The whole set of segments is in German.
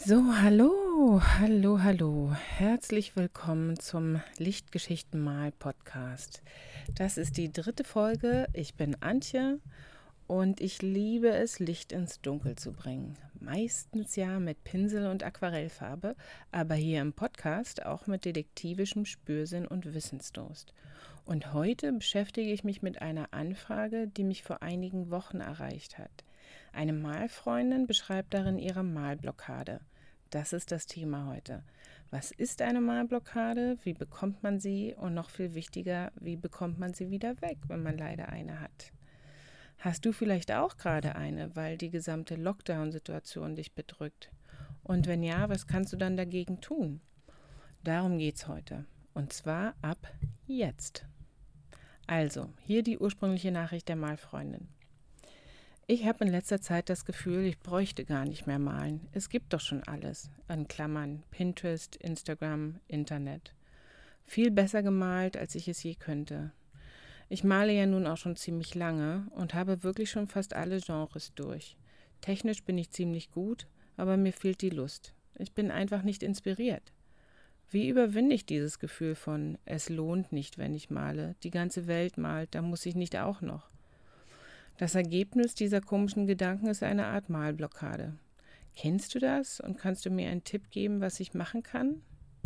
So, hallo. Herzlich willkommen zum Lichtgeschichten-Mal-Podcast. Das ist die 3. Folge. Ich bin Antje und ich liebe es, Licht ins Dunkel zu bringen. Meistens ja mit Pinsel und Aquarellfarbe, aber hier im Podcast auch mit detektivischem Spürsinn und Wissensdurst. Und heute beschäftige ich mich mit einer Anfrage, die mich vor einigen Wochen erreicht hat. Eine Malfreundin beschreibt darin ihre Malblockade. Das ist das Thema heute. Was ist eine Malblockade? Wie bekommt man sie? Und noch viel wichtiger, wie bekommt man sie wieder weg, wenn man leider eine hat? Hast du vielleicht auch gerade eine, weil die gesamte Lockdown-Situation dich bedrückt? Und wenn ja, was kannst du dann dagegen tun? Darum geht's heute. Und zwar ab jetzt. Also, hier die ursprüngliche Nachricht der Malfreundin. Ich habe in letzter Zeit das Gefühl, ich bräuchte gar nicht mehr malen. Es gibt doch schon alles. In Klammern, Pinterest, Instagram, Internet. Viel besser gemalt, als ich es je könnte. Ich male ja nun auch schon ziemlich lange und habe wirklich schon fast alle Genres durch. Technisch bin ich ziemlich gut, aber mir fehlt die Lust. Ich bin einfach nicht inspiriert. Wie überwinde ich dieses Gefühl von, es lohnt nicht, wenn ich male, die ganze Welt malt, da muss ich nicht auch noch? Das Ergebnis dieser komischen Gedanken ist eine Art Malblockade. Kennst du das und kannst du mir einen Tipp geben, was ich machen kann?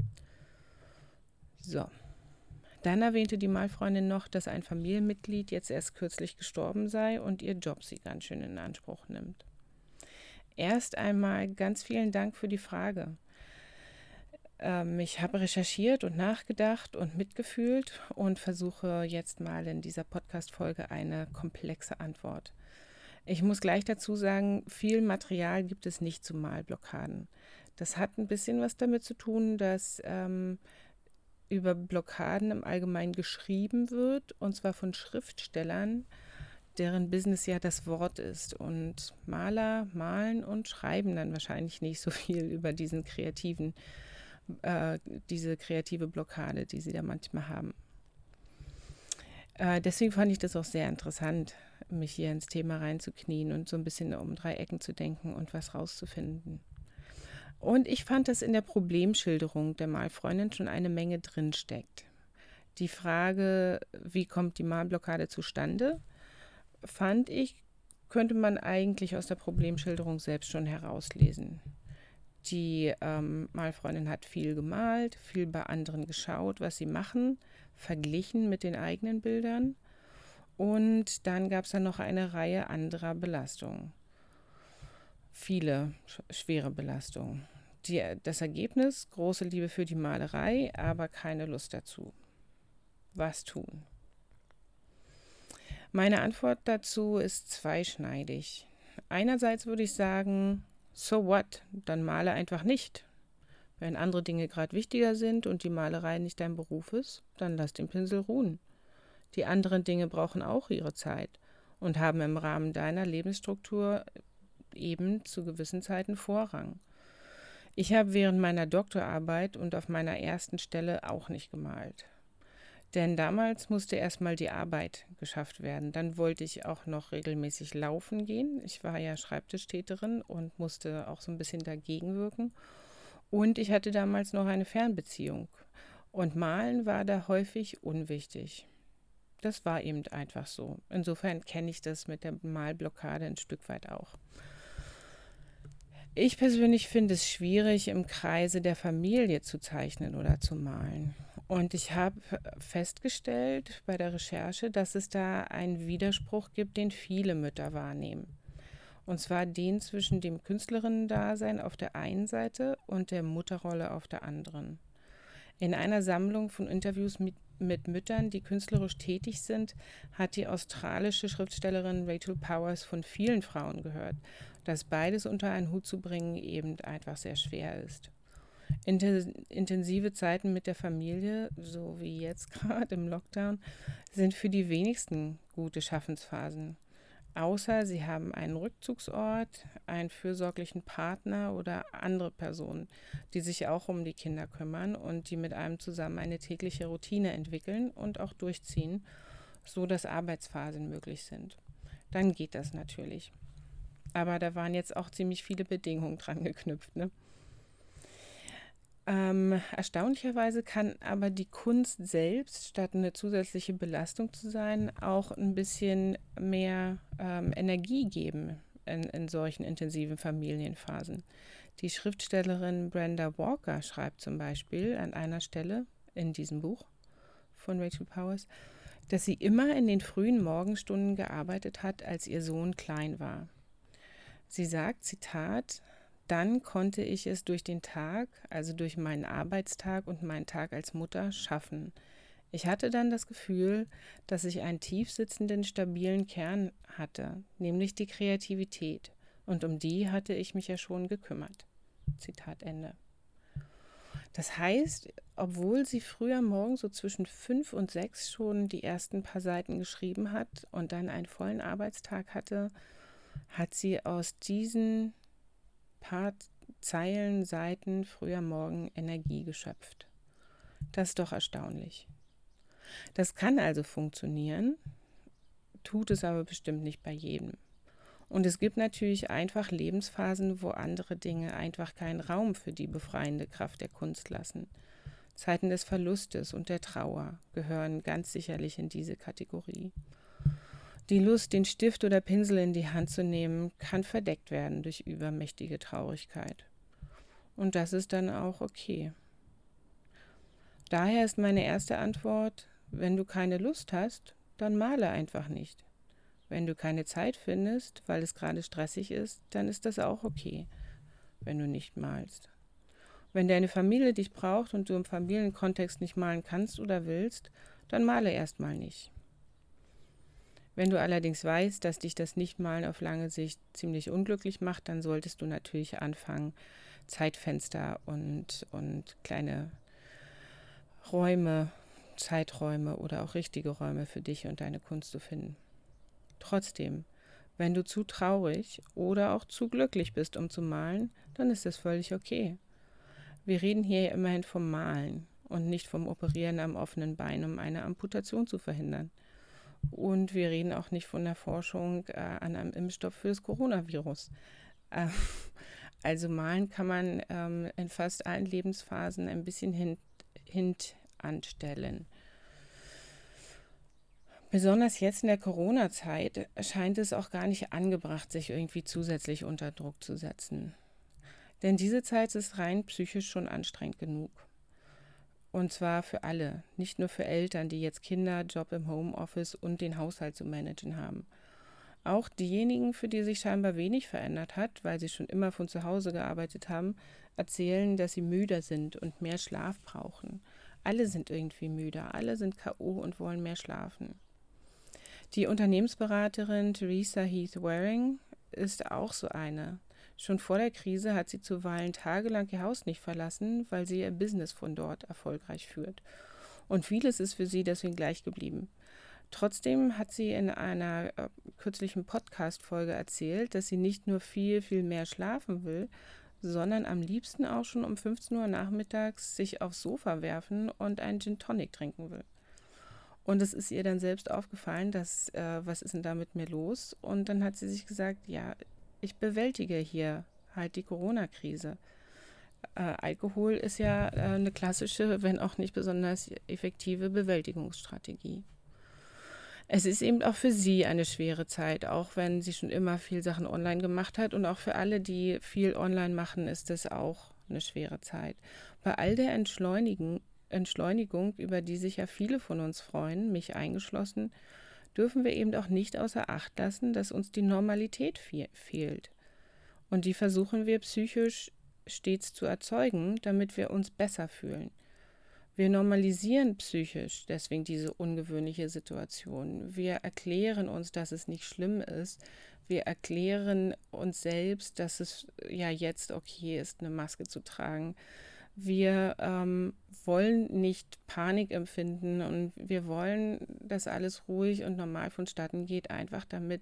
So. Dann erwähnte die Malfreundin noch, dass ein Familienmitglied jetzt erst kürzlich gestorben sei und ihr Job sie ganz schön in Anspruch nimmt. Erst einmal ganz vielen Dank für die Frage. Ich habe recherchiert und nachgedacht und mitgefühlt und versuche jetzt mal in dieser Podcast-Folge eine komplexe Antwort. Ich muss gleich dazu sagen, viel Material gibt es nicht zu Malblockaden. Das hat ein bisschen was damit zu tun, dass über Blockaden im Allgemeinen geschrieben wird, und zwar von Schriftstellern, deren Business ja das Wort ist. Und Maler malen und schreiben dann wahrscheinlich nicht so viel über diese kreative Blockade, die sie da manchmal haben. Deswegen fand ich das auch sehr interessant, mich hier ins Thema reinzuknien und so ein bisschen um 3 Ecken zu denken und was rauszufinden. Und ich fand, dass in der Problemschilderung der Malfreundin schon eine Menge drinsteckt. Die Frage, wie kommt die Malblockade zustande, fand ich, könnte man eigentlich aus der Problemschilderung selbst schon herauslesen. Die Malfreundin hat viel gemalt, viel bei anderen geschaut, was sie machen, verglichen mit den eigenen Bildern. Und dann gab es dann noch eine Reihe anderer Belastungen. Viele schwere Belastungen. Das Ergebnis, große Liebe für die Malerei, aber keine Lust dazu. Was tun? Meine Antwort dazu ist zweischneidig. Einerseits würde ich sagen, so what, dann male einfach nicht. Wenn andere Dinge gerade wichtiger sind und die Malerei nicht dein Beruf ist, dann lass den Pinsel ruhen. Die anderen Dinge brauchen auch ihre Zeit und haben im Rahmen deiner Lebensstruktur eben zu gewissen Zeiten Vorrang. Ich habe während meiner Doktorarbeit und auf meiner ersten Stelle auch nicht gemalt. Denn damals musste erstmal die Arbeit geschafft werden. Dann wollte ich auch noch regelmäßig laufen gehen. Ich war ja Schreibtischtäterin und musste auch so ein bisschen dagegen wirken. Und ich hatte damals noch eine Fernbeziehung. Und Malen war da häufig unwichtig. Das war eben einfach so. Insofern kenne ich das mit der Malblockade ein Stück weit auch. Ich persönlich finde es schwierig, im Kreise der Familie zu zeichnen oder zu malen. Und ich habe festgestellt bei der Recherche, dass es da einen Widerspruch gibt, den viele Mütter wahrnehmen. Und zwar den zwischen dem Künstlerinnen-Dasein auf der einen Seite und der Mutterrolle auf der anderen. In einer Sammlung von Interviews mit Müttern, die künstlerisch tätig sind, hat die australische Schriftstellerin Rachel Powers von vielen Frauen gehört, dass beides unter einen Hut zu bringen eben einfach sehr schwer ist. Intensive Zeiten mit der Familie, so wie jetzt gerade im Lockdown, sind für die wenigsten gute Schaffensphasen. Außer sie haben einen Rückzugsort, einen fürsorglichen Partner oder andere Personen, die sich auch um die Kinder kümmern und die mit einem zusammen eine tägliche Routine entwickeln und auch durchziehen, so dass Arbeitsphasen möglich sind. Dann geht das natürlich. Aber da waren jetzt auch ziemlich viele Bedingungen dran geknüpft, ne? Erstaunlicherweise kann aber die Kunst selbst, statt eine zusätzliche Belastung zu sein, auch ein bisschen mehr Energie geben in solchen intensiven Familienphasen. Die Schriftstellerin Brenda Walker schreibt zum Beispiel an einer Stelle in diesem Buch von Rachel Powers, dass sie immer in den frühen Morgenstunden gearbeitet hat, als ihr Sohn klein war. Sie sagt, Zitat, dann konnte ich es durch den Tag, also durch meinen Arbeitstag und meinen Tag als Mutter, schaffen. Ich hatte dann das Gefühl, dass ich einen tief sitzenden, stabilen Kern hatte, nämlich die Kreativität. Und um die hatte ich mich ja schon gekümmert. Zitat Ende. Das heißt, obwohl sie früher morgens so zwischen 5 und 6 schon die ersten paar Seiten geschrieben hat und dann einen vollen Arbeitstag hatte, hat sie aus diesen paar Zeilen, Seiten früher morgen Energie geschöpft. Das ist doch erstaunlich. Das kann also funktionieren, tut es aber bestimmt nicht bei jedem. Und es gibt natürlich einfach Lebensphasen, wo andere Dinge einfach keinen Raum für die befreiende Kraft der Kunst lassen. Zeiten des Verlustes und der Trauer gehören ganz sicherlich in diese Kategorie. Die Lust, den Stift oder Pinsel in die Hand zu nehmen, kann verdeckt werden durch übermächtige Traurigkeit. Und das ist dann auch okay. Daher ist meine erste Antwort, wenn du keine Lust hast, dann male einfach nicht. Wenn du keine Zeit findest, weil es gerade stressig ist, dann ist das auch okay, wenn du nicht malst. Wenn deine Familie dich braucht und du im Familienkontext nicht malen kannst oder willst, dann male erstmal nicht. Wenn du allerdings weißt, dass dich das Nichtmalen auf lange Sicht ziemlich unglücklich macht, dann solltest du natürlich anfangen, Zeitfenster und kleine Räume, Zeiträume oder auch richtige Räume für dich und deine Kunst zu finden. Trotzdem, wenn du zu traurig oder auch zu glücklich bist, um zu malen, dann ist das völlig okay. Wir reden hier ja immerhin vom Malen und nicht vom Operieren am offenen Bein, um eine Amputation zu verhindern. Und wir reden auch nicht von der Forschung an einem Impfstoff für das Coronavirus. Also malen kann man in fast allen Lebensphasen ein bisschen hintanstellen. Besonders jetzt in der Corona-Zeit scheint es auch gar nicht angebracht, sich irgendwie zusätzlich unter Druck zu setzen. Denn diese Zeit ist rein psychisch schon anstrengend genug. Und zwar für alle, nicht nur für Eltern, die jetzt Kinder, Job im Homeoffice und den Haushalt zu managen haben. Auch diejenigen, für die sich scheinbar wenig verändert hat, weil sie schon immer von zu Hause gearbeitet haben, erzählen, dass sie müder sind und mehr Schlaf brauchen. Alle sind irgendwie müde, alle sind K.O. und wollen mehr schlafen. Die Unternehmensberaterin Theresa Heath Waring ist auch so eine. Schon vor der Krise hat sie zuweilen tagelang ihr Haus nicht verlassen, weil sie ihr Business von dort erfolgreich führt. Und vieles ist für sie deswegen gleich geblieben. Trotzdem hat sie in einer kürzlichen Podcast-Folge erzählt, dass sie nicht nur viel, viel mehr schlafen will, sondern am liebsten auch schon um 15 Uhr nachmittags sich aufs Sofa werfen und einen Gin Tonic trinken will. Und es ist ihr dann selbst aufgefallen, dass, was ist denn da mit mir los? Und dann hat sie sich gesagt, ja, ich bewältige hier halt die Corona-Krise. Alkohol ist ja eine klassische, wenn auch nicht besonders effektive Bewältigungsstrategie. Es ist eben auch für sie eine schwere Zeit, auch wenn sie schon immer viel Sachen online gemacht hat. Und auch für alle, die viel online machen, ist es auch eine schwere Zeit. Bei all der Entschleunigung, über die sich ja viele von uns freuen, mich eingeschlossen, dürfen wir eben auch nicht außer Acht lassen, dass uns die Normalität fehlt. Und die versuchen wir psychisch stets zu erzeugen, damit wir uns besser fühlen. Wir normalisieren psychisch deswegen diese ungewöhnliche Situation. Wir erklären uns, dass es nicht schlimm ist. Wir erklären uns selbst, dass es ja jetzt okay ist, eine Maske zu tragen. Wir wollen nicht Panik empfinden und wir wollen, dass alles ruhig und normal vonstatten geht, einfach damit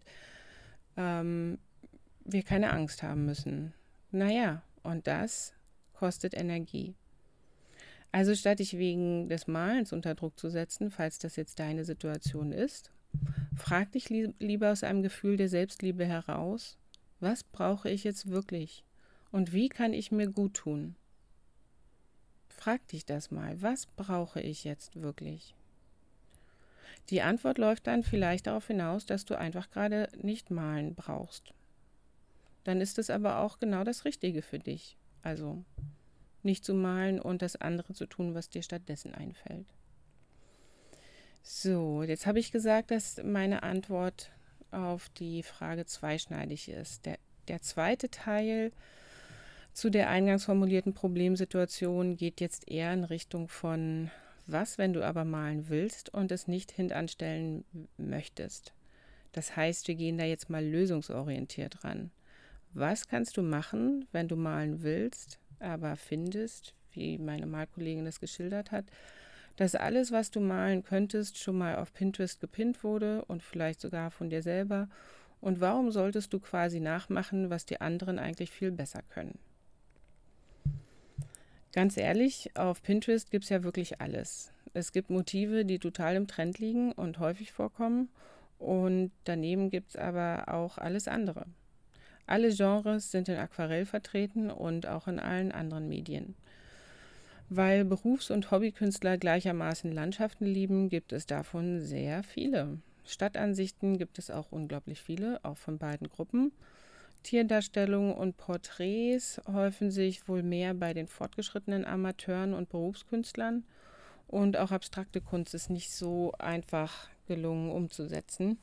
wir keine Angst haben müssen. Naja, und das kostet Energie. Also statt dich wegen des Malens unter Druck zu setzen, falls das jetzt deine Situation ist, frag dich lieber aus einem Gefühl der Selbstliebe heraus, was brauche ich jetzt wirklich und wie kann ich mir gut tun? Frag dich das mal, was brauche ich jetzt wirklich? Die Antwort läuft dann vielleicht darauf hinaus, dass du einfach gerade nicht malen brauchst. Dann ist es aber auch genau das Richtige für dich. Also nicht zu malen und das andere zu tun, was dir stattdessen einfällt. So, jetzt habe ich gesagt, dass meine Antwort auf die Frage zweischneidig ist. Der zweite Teil zu der eingangs formulierten Problemsituation geht jetzt eher in Richtung von, was, wenn du aber malen willst und es nicht hintanstellen möchtest. Das heißt, wir gehen da jetzt mal lösungsorientiert ran. Was kannst du machen, wenn du malen willst, aber findest, wie meine Malkollegin das geschildert hat, dass alles, was du malen könntest, schon mal auf Pinterest gepinnt wurde und vielleicht sogar von dir selber? Und warum solltest du quasi nachmachen, was die anderen eigentlich viel besser können? Ganz ehrlich, auf Pinterest gibt es ja wirklich alles. Es gibt Motive, die total im Trend liegen und häufig vorkommen. Und daneben gibt es aber auch alles andere. Alle Genres sind in Aquarell vertreten und auch in allen anderen Medien. Weil Berufs- und Hobbykünstler gleichermaßen Landschaften lieben, gibt es davon sehr viele. Stadtansichten gibt es auch unglaublich viele, auch von beiden Gruppen. Tierdarstellungen und Porträts häufen sich wohl mehr bei den fortgeschrittenen Amateuren und Berufskünstlern. Und auch abstrakte Kunst ist nicht so einfach gelungen umzusetzen.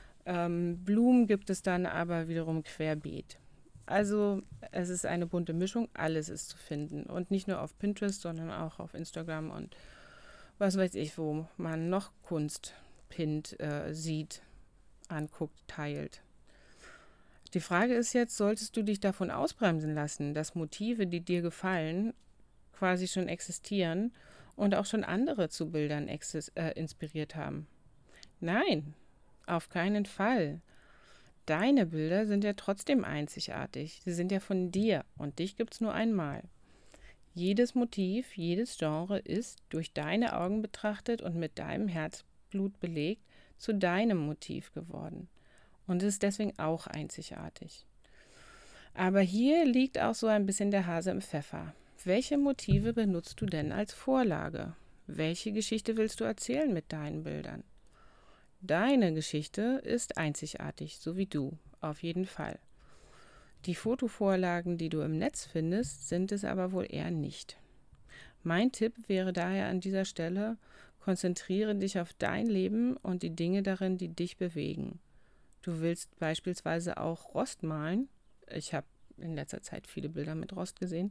Blumen gibt es dann aber wiederum querbeet. Also es ist eine bunte Mischung, alles ist zu finden. Und nicht nur auf Pinterest, sondern auch auf Instagram und was weiß ich, wo man noch Kunst pinnt, sieht, anguckt, teilt. Die Frage ist jetzt, solltest du dich davon ausbremsen lassen, dass Motive, die dir gefallen, quasi schon existieren und auch schon andere zu Bildern inspiriert haben? Nein, auf keinen Fall. Deine Bilder sind ja trotzdem einzigartig. Sie sind ja von dir und dich gibt es nur einmal. Jedes Motiv, jedes Genre ist durch deine Augen betrachtet und mit deinem Herzblut belegt zu deinem Motiv geworden und ist deswegen auch einzigartig. Aber hier liegt auch so ein bisschen der Hase im Pfeffer. Welche Motive benutzt du denn als Vorlage? Welche Geschichte willst du erzählen mit deinen Bildern? Deine Geschichte ist einzigartig, so wie du, auf jeden Fall. Die Fotovorlagen, die du im Netz findest, sind es aber wohl eher nicht. Mein Tipp wäre daher an dieser Stelle, konzentriere dich auf dein Leben und die Dinge darin, die dich bewegen. Du willst beispielsweise auch Rost malen. Ich habe in letzter Zeit viele Bilder mit Rost gesehen.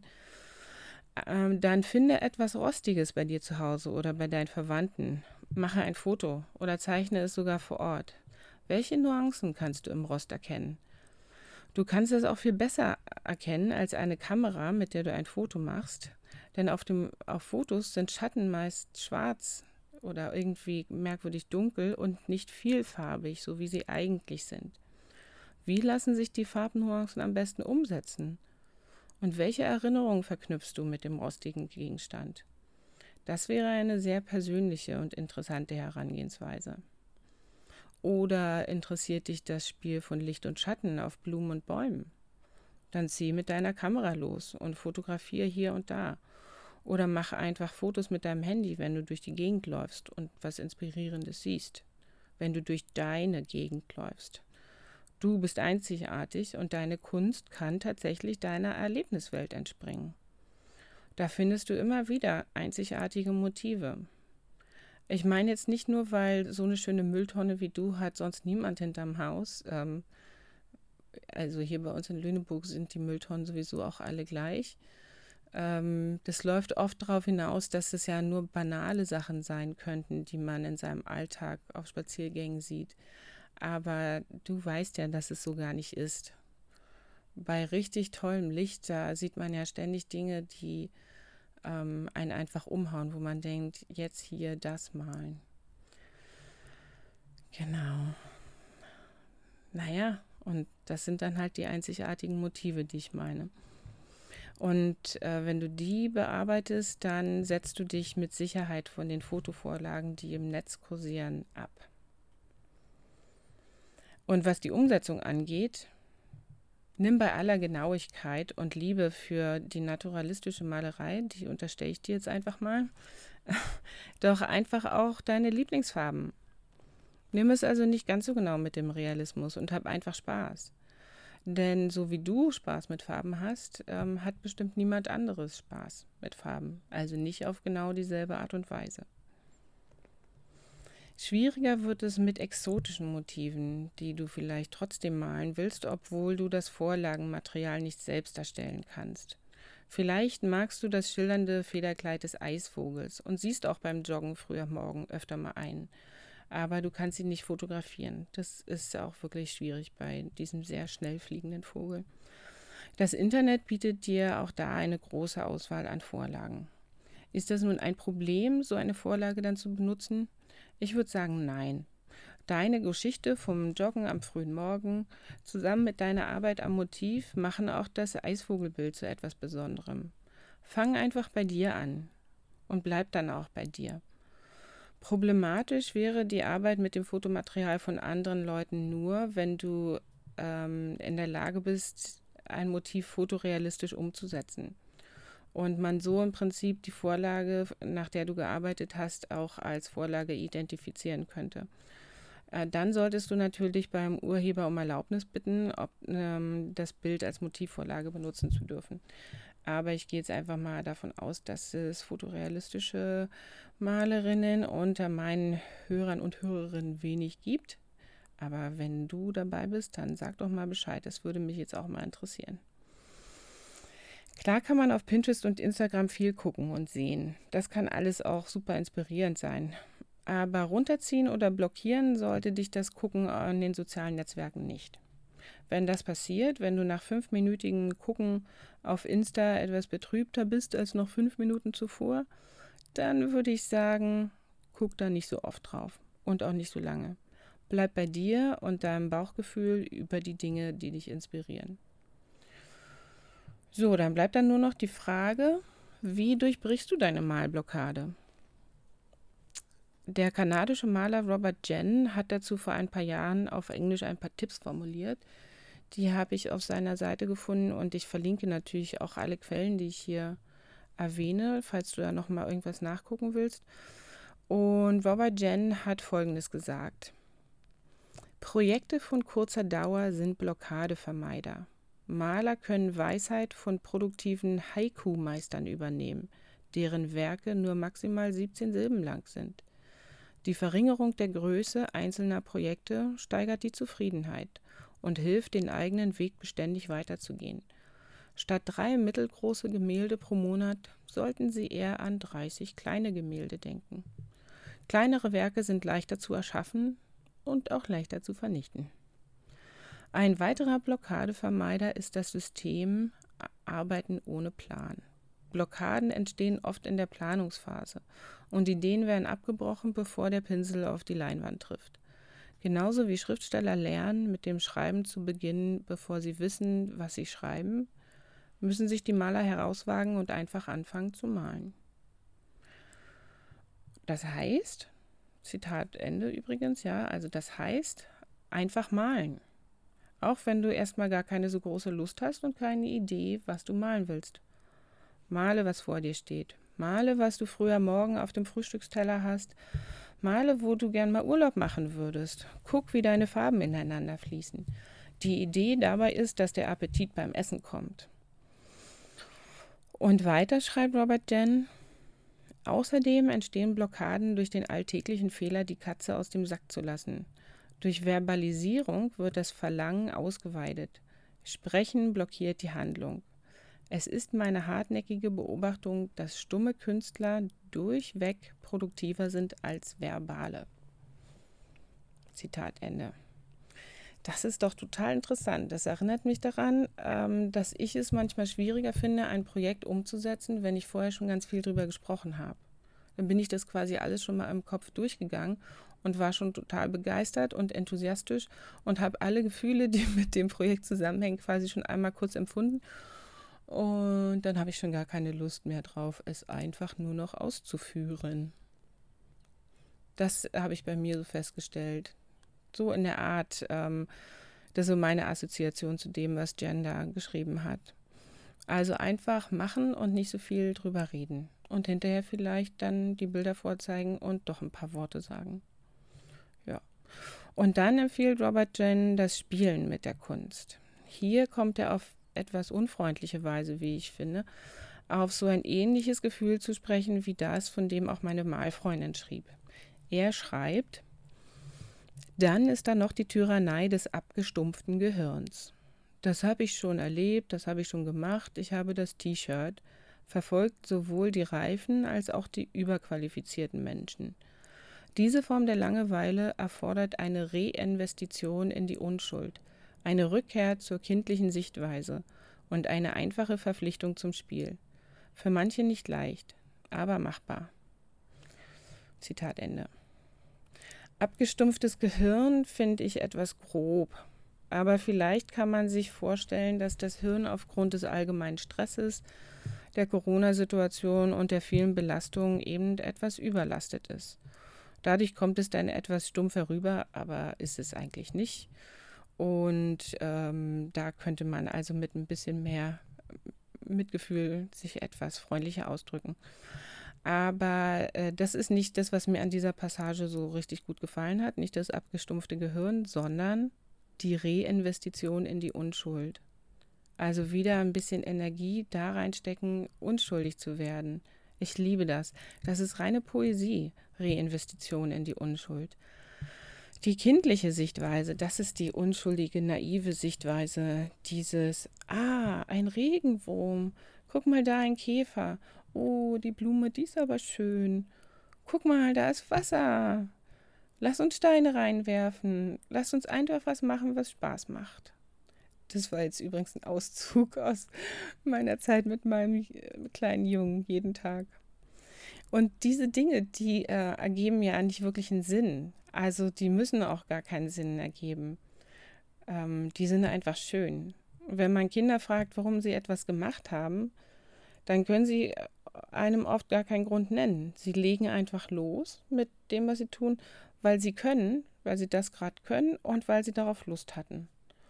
Dann finde etwas Rostiges bei dir zu Hause oder bei deinen Verwandten. Mache ein Foto oder zeichne es sogar vor Ort. Welche Nuancen kannst du im Rost erkennen? Du kannst es auch viel besser erkennen als eine Kamera, mit der du ein Foto machst. Denn auf Fotos sind Schatten meist schwarz oder irgendwie merkwürdig dunkel und nicht vielfarbig, so wie sie eigentlich sind. Wie lassen sich die Farbnuancen am besten umsetzen? Und welche Erinnerungen verknüpfst du mit dem rostigen Gegenstand? Das wäre eine sehr persönliche und interessante Herangehensweise. Oder interessiert dich das Spiel von Licht und Schatten auf Blumen und Bäumen? Dann zieh mit deiner Kamera los und fotografiere hier und da. Oder mach einfach Fotos mit deinem Handy, wenn du durch die Gegend läufst und was Inspirierendes siehst. Wenn du durch deine Gegend läufst. Du bist einzigartig und deine Kunst kann tatsächlich deiner Erlebniswelt entspringen. Da findest du immer wieder einzigartige Motive. Ich meine jetzt nicht nur, weil so eine schöne Mülltonne wie du hat sonst niemand hinterm Haus. Also hier bei uns in Lüneburg sind die Mülltonnen sowieso auch alle gleich. Das läuft oft darauf hinaus, dass es ja nur banale Sachen sein könnten, die man in seinem Alltag auf Spaziergängen sieht. Aber du weißt ja, dass es so gar nicht ist. Bei richtig tollem Licht, da sieht man ja ständig Dinge, die einen einfach umhauen, wo man denkt, jetzt hier das malen. Genau. Naja, und das sind dann halt die einzigartigen Motive, die ich meine. Und wenn du die bearbeitest, dann setzt du dich mit Sicherheit von den Fotovorlagen, die im Netz kursieren, ab. Und was die Umsetzung angeht, Nimm bei aller Genauigkeit und Liebe für die naturalistische Malerei, die unterstelle ich dir jetzt einfach mal, doch einfach auch deine Lieblingsfarben. Nimm es also nicht ganz so genau mit dem Realismus und hab einfach Spaß. Denn so wie du Spaß mit Farben hast, hat bestimmt niemand anderes Spaß mit Farben. Also nicht auf genau dieselbe Art und Weise. Schwieriger wird es mit exotischen Motiven, die du vielleicht trotzdem malen willst, obwohl du das Vorlagenmaterial nicht selbst erstellen kannst. Vielleicht magst du das schillernde Federkleid des Eisvogels und siehst auch beim Joggen früh am Morgen öfter mal ein. Aber du kannst ihn nicht fotografieren. Das ist auch wirklich schwierig bei diesem sehr schnell fliegenden Vogel. Das Internet bietet dir auch da eine große Auswahl an Vorlagen. Ist das nun ein Problem, so eine Vorlage dann zu benutzen? Ich würde sagen, nein. Deine Geschichte vom Joggen am frühen Morgen zusammen mit deiner Arbeit am Motiv machen auch das Eisvogelbild zu etwas Besonderem. Fang einfach bei dir an und bleib dann auch bei dir. Problematisch wäre die Arbeit mit dem Fotomaterial von anderen Leuten nur, wenn du in der Lage bist, ein Motiv fotorealistisch umzusetzen. Und man so im Prinzip die Vorlage, nach der du gearbeitet hast, auch als Vorlage identifizieren könnte. Dann solltest du natürlich beim Urheber um Erlaubnis bitten, ob das Bild als Motivvorlage benutzen zu dürfen. Aber ich gehe jetzt einfach mal davon aus, dass es fotorealistische Malerinnen unter meinen Hörern und Hörerinnen wenig gibt. Aber wenn du dabei bist, dann sag doch mal Bescheid. Das würde mich jetzt auch mal interessieren. Klar kann man auf Pinterest und Instagram viel gucken und sehen. Das kann alles auch super inspirierend sein. Aber runterziehen oder blockieren sollte dich das Gucken an den sozialen Netzwerken nicht. Wenn das passiert, wenn du nach 5-minütigen Gucken auf Insta etwas betrübter bist als noch 5 Minuten zuvor, dann würde ich sagen, guck da nicht so oft drauf und auch nicht so lange. Bleib bei dir und deinem Bauchgefühl über die Dinge, die dich inspirieren. So, dann bleibt dann nur noch die Frage, wie durchbrichst du deine Malblockade? Der kanadische Maler Robert Jen hat dazu vor ein paar Jahren auf Englisch ein paar Tipps formuliert. Die habe ich auf seiner Seite gefunden und ich verlinke natürlich auch alle Quellen, die ich hier erwähne, falls du da nochmal irgendwas nachgucken willst. Und Robert Jen hat Folgendes gesagt. Projekte von kurzer Dauer sind Blockadevermeider. Maler können Weisheit von produktiven Haiku-Meistern übernehmen, deren Werke nur maximal 17 Silben lang sind. Die Verringerung der Größe einzelner Projekte steigert die Zufriedenheit und hilft, den eigenen Weg beständig weiterzugehen. Statt 3 mittelgroße Gemälde pro Monat sollten Sie eher an 30 kleine Gemälde denken. Kleinere Werke sind leichter zu erschaffen und auch leichter zu vernichten. Ein weiterer Blockadevermeider ist das System Arbeiten ohne Plan. Blockaden entstehen oft in der Planungsphase und Ideen werden abgebrochen, bevor der Pinsel auf die Leinwand trifft. Genauso wie Schriftsteller lernen, mit dem Schreiben zu beginnen, bevor sie wissen, was sie schreiben, müssen sich die Maler herauswagen und einfach anfangen zu malen. Das heißt, Zitat Ende übrigens, ja, also das heißt, einfach malen. Auch wenn du erstmal gar keine so große Lust hast und keine Idee, was du malen willst. Male, was vor dir steht. Male, was du früher morgen auf dem Frühstücksteller hast. Male, wo du gern mal Urlaub machen würdest. Guck, wie deine Farben ineinander fließen. Die Idee dabei ist, dass der Appetit beim Essen kommt. Und weiter schreibt Robert Jen, außerdem entstehen Blockaden durch den alltäglichen Fehler, die Katze aus dem Sack zu lassen. Durch Verbalisierung wird das Verlangen ausgeweitet. Sprechen blockiert die Handlung. Es ist meine hartnäckige Beobachtung, dass stumme Künstler durchweg produktiver sind als verbale. Zitat Ende. Das ist doch total interessant. Das erinnert mich daran, dass ich es manchmal schwieriger finde, ein Projekt umzusetzen, wenn ich vorher schon ganz viel drüber gesprochen habe. Dann bin ich das quasi alles schon mal im Kopf durchgegangen und war schon total begeistert und enthusiastisch und habe alle Gefühle, die mit dem Projekt zusammenhängen, quasi schon einmal kurz empfunden. Und dann habe ich schon gar keine Lust mehr drauf, es einfach nur noch auszuführen. Das habe ich bei mir so festgestellt. So in der Art, Das ist so meine Assoziation zu dem, was Jen da geschrieben hat. Also einfach machen und nicht so viel drüber reden. Und hinterher vielleicht dann die Bilder vorzeigen und doch ein paar Worte sagen. Ja. Und dann empfiehlt Robert Jen das Spielen mit der Kunst. Hier kommt er auf etwas unfreundliche Weise, wie ich finde, auf so ein ähnliches Gefühl zu sprechen, wie das, von dem auch meine Malfreundin schrieb. Er schreibt: Dann ist da noch die Tyrannei des abgestumpften Gehirns. Das habe ich schon erlebt, das habe ich schon gemacht. Ich habe das T-Shirt, verfolgt sowohl die reifen als auch die überqualifizierten Menschen. Diese Form der Langeweile erfordert eine Reinvestition in die Unschuld, eine Rückkehr zur kindlichen Sichtweise und eine einfache Verpflichtung zum Spiel. Für manche nicht leicht, aber machbar. Zitat Ende. Abgestumpftes Gehirn finde ich etwas grob. Aber vielleicht kann man sich vorstellen, dass das Hirn aufgrund des allgemeinen Stresses, der Corona-Situation und der vielen Belastungen eben etwas überlastet ist. Dadurch kommt es dann etwas stumpf herüber, aber ist es eigentlich nicht. Und da könnte man also mit ein bisschen mehr Mitgefühl sich etwas freundlicher ausdrücken. Aber das ist nicht das, was mir an dieser Passage so richtig gut gefallen hat. Nicht das abgestumpfte Gehirn, sondern die Reinvestition in die Unschuld. Also wieder ein bisschen Energie da reinstecken, unschuldig zu werden. Ich liebe das. Das ist reine Poesie, Reinvestition in die Unschuld. Die kindliche Sichtweise, das ist die unschuldige, naive Sichtweise. Dieses, ein Regenwurm, guck mal da ein Käfer. Oh, die Blume, die ist aber schön. Guck mal, da ist Wasser. Lass uns Steine reinwerfen. Lass uns einfach was machen, was Spaß macht. Das war jetzt übrigens ein Auszug aus meiner Zeit mit meinem kleinen Jungen jeden Tag. Und diese Dinge, die ergeben ja nicht wirklich einen Sinn. Also die müssen auch gar keinen Sinn ergeben. Die sind einfach schön. Wenn man Kinder fragt, warum sie etwas gemacht haben, dann können sie einem oft gar keinen Grund nennen. Sie legen einfach los mit dem, was sie tun, weil sie können, weil sie das gerade können und weil sie darauf Lust hatten.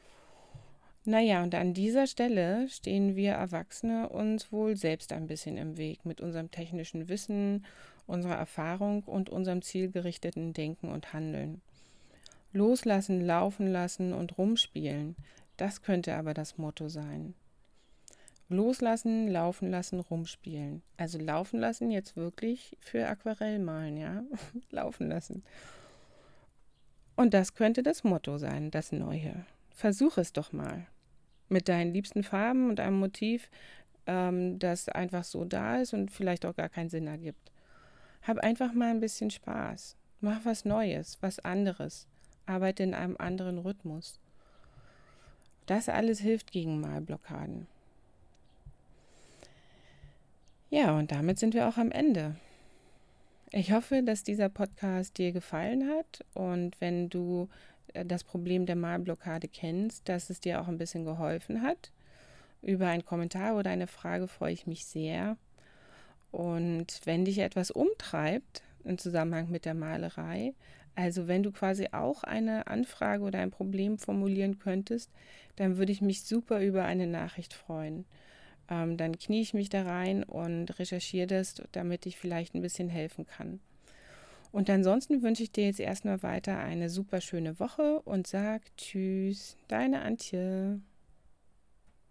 Naja, und an dieser Stelle stehen wir Erwachsene uns wohl selbst ein bisschen im Weg mit unserem technischen Wissen, unserer Erfahrung und unserem zielgerichteten Denken und Handeln. Loslassen, laufen lassen und rumspielen, das könnte aber das Motto sein. Loslassen, laufen lassen, rumspielen. Also laufen lassen jetzt wirklich für Aquarellmalen, ja? Laufen lassen. Und das könnte das Motto sein, das Neue. Versuch es doch mal. Mit deinen liebsten Farben und einem Motiv, das einfach so da ist und vielleicht auch gar keinen Sinn ergibt. Hab einfach mal ein bisschen Spaß. Mach was Neues, was anderes. Arbeite in einem anderen Rhythmus. Das alles hilft gegen Malblockaden. Ja, und damit sind wir auch am Ende. Ich hoffe, dass dieser Podcast dir gefallen hat und wenn du das Problem der Malblockade kennst, dass es dir auch ein bisschen geholfen hat. Über einen Kommentar oder eine Frage freue ich mich sehr. Und wenn dich etwas umtreibt im Zusammenhang mit der Malerei, also wenn du quasi auch eine Anfrage oder ein Problem formulieren könntest, dann würde ich mich super über eine Nachricht freuen. Dann knie ich mich da rein und recherchiere das, damit ich vielleicht ein bisschen helfen kann. Und ansonsten wünsche ich dir jetzt erstmal weiter eine super schöne Woche und sag Tschüss, deine Antje.